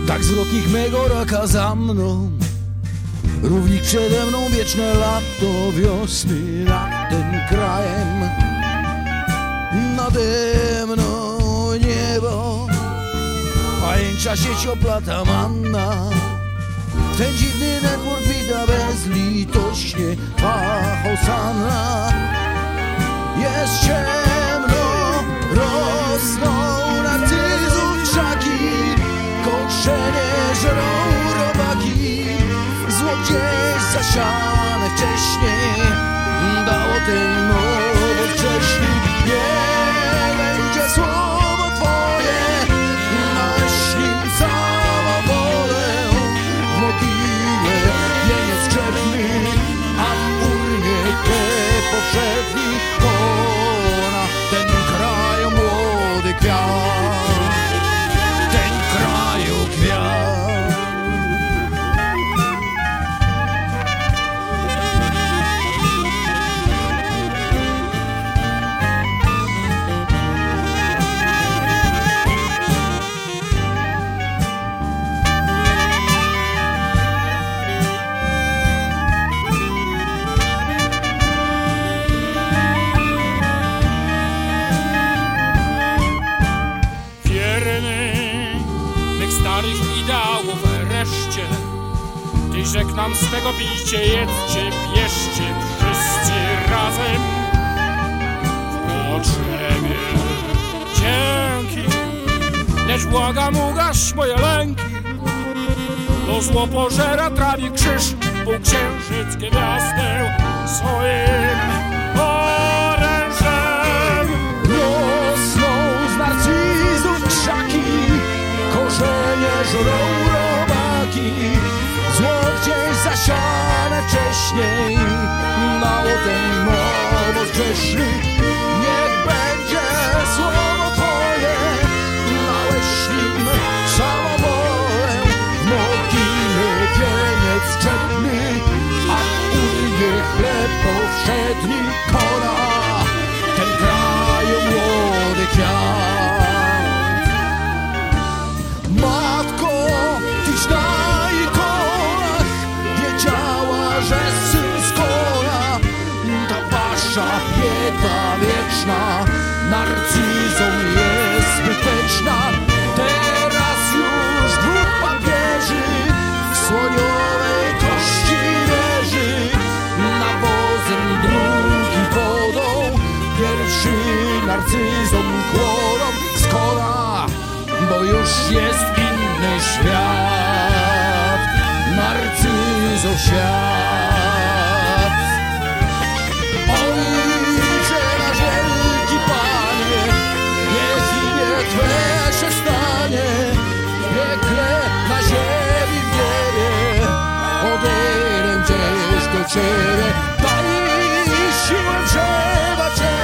Tak zwrotnik mego raka za mną, równik przede mną, wieczne lato wiosny nad tym krajem. Nade mną niebo, pajęcza sieć oplata manna. Ten dziwny netwór wita bezlitośnie twa hosanna. Jest ciemno, rosną narcyzów krzaki, korzenie żrą robaki. Zło gdzieś zasiane wcześniej dało ten nowocześni. Nie będzie słowo twoje, naś nim samowolę. W mogile wieniec krzepny, a w urnie krew powszedni. Kona ten kraju młody kwiat, ten kraju kwiat. Starych ideałów reszcie, Ty żegnam swego pijcie, jedzcie, bierzcie wszyscy razem w potrzebie. Dzięki, lecz błagam, ugaś moje lęki, bo zło pożera trawi krzyż, półksiężyc gwiazdę swoim orężem. Rosną z narcyzów krzaki, korzenie żrą robaki. Zło gdzieś zasiane wcześniej dało ten moc grzeszny. Niech będzie słowo twoje, dałeś nim samowolę. W mogile wieniec krzepny, a w urnie chleb powszedni. Kona ten kraju młody kwiat. Matko, tyś na ikonach wiedziała, że syn z kola. Ta wasza bieda wieczna narcyzom jest zbyteczna. Teraz już dwóch papieży w słoniowej kości wieży. Nawozem drugi wodą, pierwszy narcyzom kłodą z kola, bo już jest inny świat, narcyzów świat. Ojcze nasz wielki Panie, niech imię Twe się stanie w piekle, na ziemi, w niebie. Odejdę gdzieś do Ciebie, daj siłę przebaczenia.